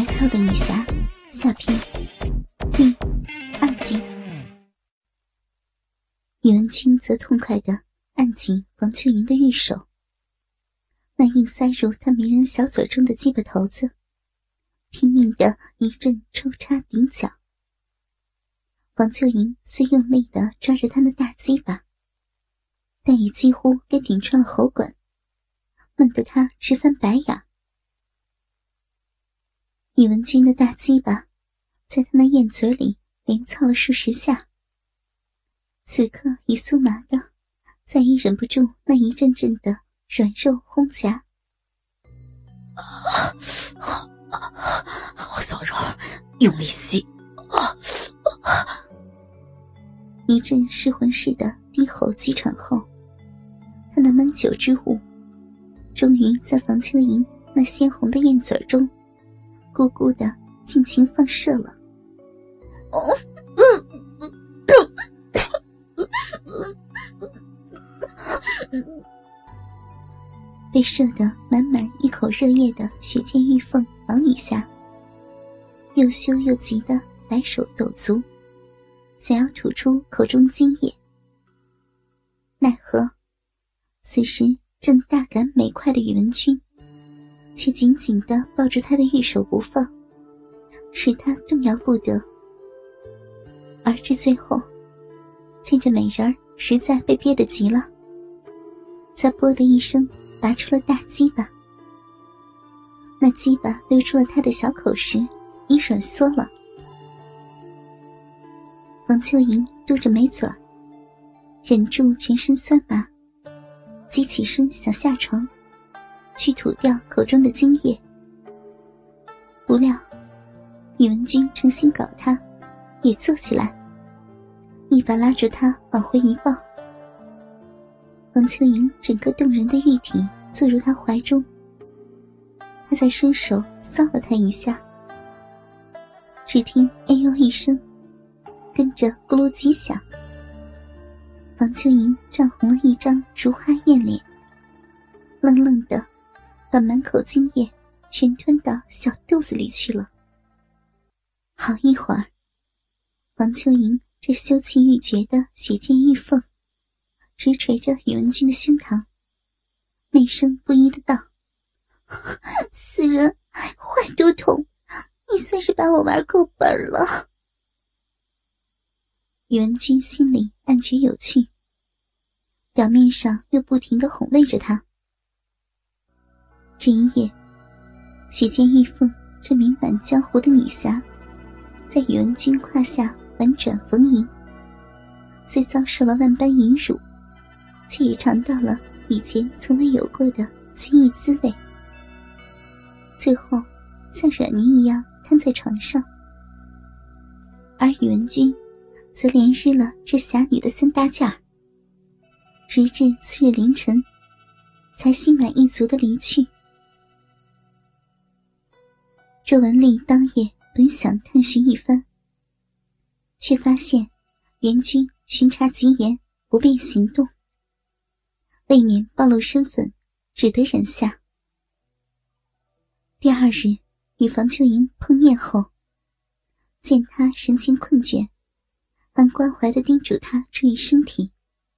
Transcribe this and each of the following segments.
操的女侠下篇第2集。宇文君则痛快地按紧王秋莹的玉手，那硬塞入她迷人小嘴中的鸡巴头子拼命地一阵抽插顶角。王秋莹虽用力地抓着他的大鸡巴，但已几乎给顶穿了喉管，闷得他直翻白眼。宇文君的大鸡巴在他那燕嘴里连操了数十下，此刻已酥麻的再也忍不住那一阵阵的软肉轰夹。 我小肉用力吸， 一阵失魂似的低吼急喘后，他那闷酒之物终于在房秋莹那鲜红的燕嘴中咕咕的尽情放射了。被射得满满一口热液的雪见玉凤房女侠又羞又急的摆手抖足，想要吐出口中精液，奈何此时正大感美快的宇文君却紧紧地抱住他的玉手不放，使他动摇不得。而至最后，见着美人儿实在被憋得急了，才啵的一声拔出了大鸡巴。那鸡巴溜出了他的小口时已软缩了。王秋莹嘟着眉嘴，忍住全身酸麻，急起身想下床去吐掉口中的精液。不料宇文君诚心搞他，也坐起来，一把拉住他往回一抱。王秋莹整个动人的玉体坐入他怀中，他再伸手搔了他一下，只听哎呦一声，跟着咕噜几响。王秋莹涨红了一张如花艳脸，愣愣的把满口精液全吞到小肚子里去了。好一会儿，王秋莹这羞气欲绝的雪见玉凤直捶着宇文君的胸膛，媚声不一的道：死人，坏毒童，你算是把我玩够本了。宇文君心里暗觉有趣，表面上又不停地哄慰着他。这一夜，雪见玉凤这名满江湖的女侠在宇文君胯下婉转逢迎，虽遭受了万般淫辱，却也尝到了以前从未有过的奇异滋味，最后像软泥一样瘫在床上。而宇文君则连日了这侠女的三大件儿，直至次日凌晨才心满意足地离去。周文丽当夜本想探寻一番，却发现元君巡查极严，不便行动，未免暴露身份，只得忍下。第二日与房秋莹碰面后，见她神情困倦，还关怀地叮嘱她注意身体。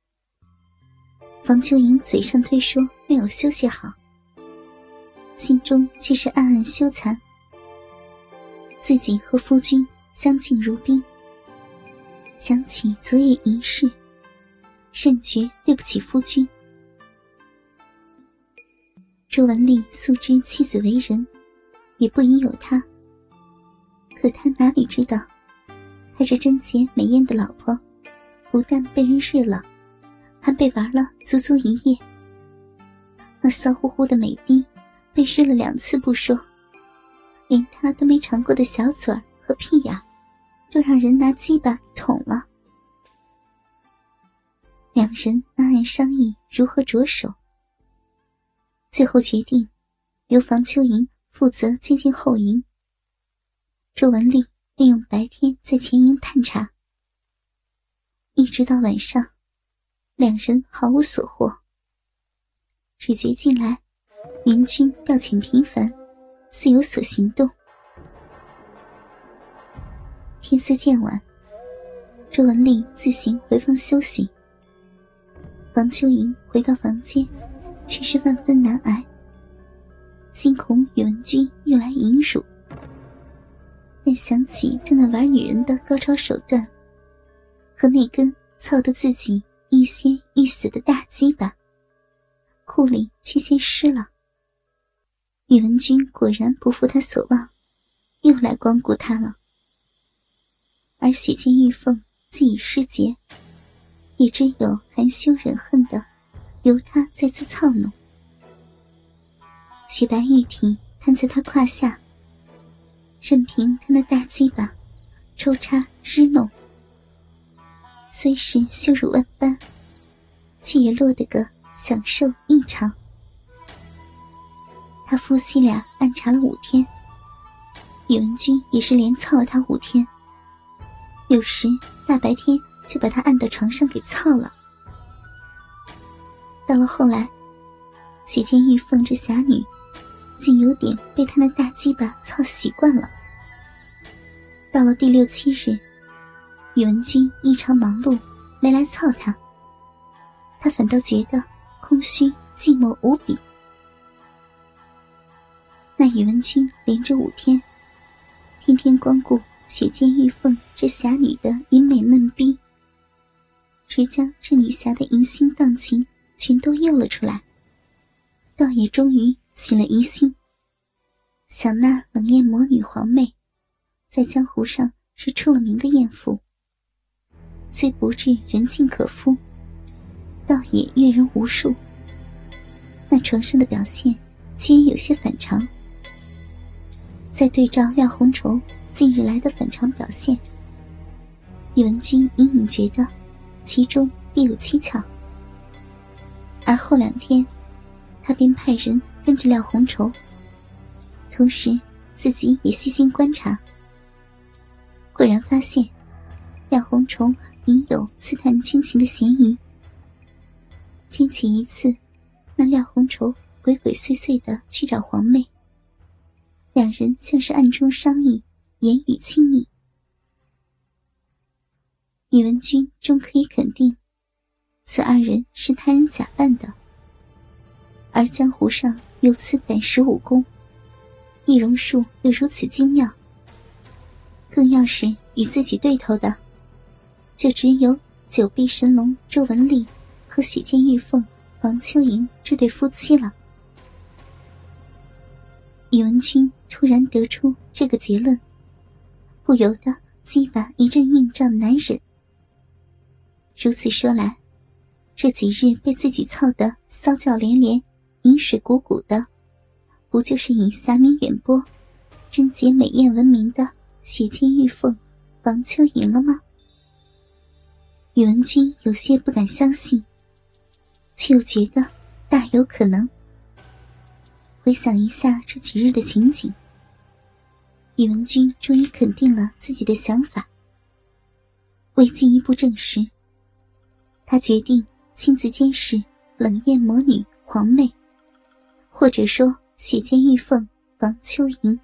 房秋莹嘴上推说没有休息好，心中却是暗暗羞惭，自己和夫君相敬如宾，想起昨夜一事，甚觉对不起夫君。周文丽素知妻子为人，也不疑有他，可他哪里知道，他这贞洁美艳的老婆不但被人睡了，还被玩了足足一夜。那骚乎乎的美逼被睡了2次不说，连他都没尝过的小嘴儿和屁眼都让人拿鸡巴捅了。两人暗暗商议如何着手，最后决定由房秋莹负责接近后营，周文丽利用白天在前营探查。一直到晚上，两人毫无所获，只觉近来元君调遣频繁，似有所行动。 天色渐晚，周文丽自行回房休息。房秋莹回到房间，却是万分难挨，心恐宇文君又来淫辱，但想起他那玩女人的高超手段和那根操得自己欲仙欲死的大鸡巴，裤里却先湿了。宇文君果然不负他所望，又来光顾他了。而雪见玉凤既已失节，也只有含羞忍恨的由他再次操弄。雪白玉体摊在他胯下，任凭他那大鸡巴抽插支弄，虽是羞辱万般，却也落得个享受异常。他夫妻俩暗查了5天，宇文君也是连操了他5天，有时大白天就把他按到床上给操了。到了后来，雪见玉凤这侠女竟有点被他那大鸡巴操习惯了。到了第6、7日，宇文君异常忙碌，没来操他，他反倒觉得空虚寂寞无比。那宇文君连着5天，天天光顾雪见玉凤这侠女的淫美嫩逼，直将这女侠的淫心荡情全都诱了出来，倒也终于起了疑心，想那冷艳魔女黄妹在江湖上是出了名的艳妇，虽不至人尽可夫，倒也阅人无数，那床上的表现却也有些反常。再对照廖红绸近日来的反常表现，宇文君隐隐觉得其中必有蹊跷。而后2天，他便派人跟着廖红绸，同时自己也细心观察，果然发现廖红绸隐有刺探军情的嫌疑。间起一次，那廖红绸鬼鬼祟祟地去找黄妹，两人像是暗中商议，言语亲密。宇文君终可以肯定，此2人是他人假扮的，而江湖上有此胆识武功，易容术又如此精妙，更要是与自己对头的，就只有九臂神龙周文丽和雪见玉凤王秋莹这对夫妻了。宇文君突然得出这个结论，不由得鸡巴一阵硬胀难忍。如此说来，这几日被自己操得骚叫连连，饮水鼓鼓的，不就是以侠名远播、贞洁美艳闻名的雪见玉凤王秋莹了吗？宇文君有些不敢相信，却又觉得大有可能。回想一下这几日的情景，宇文君终于肯定了自己的想法。为进一步证实，他决定亲自监视冷艳魔女黄妹，或者说雪见玉凤王秋莹。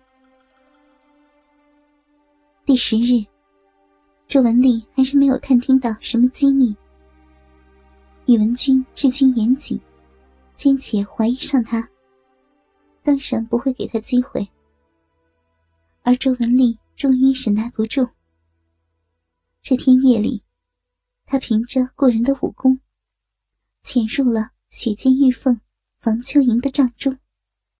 第10日，周文丽还是没有探听到什么机密。宇文君治军严谨，兼且怀疑上他，当然不会给他机会。而周文丽终于忍耐不住，这天夜里，他凭着过人的武功，潜入了雪见玉凤王秋莹的帐中。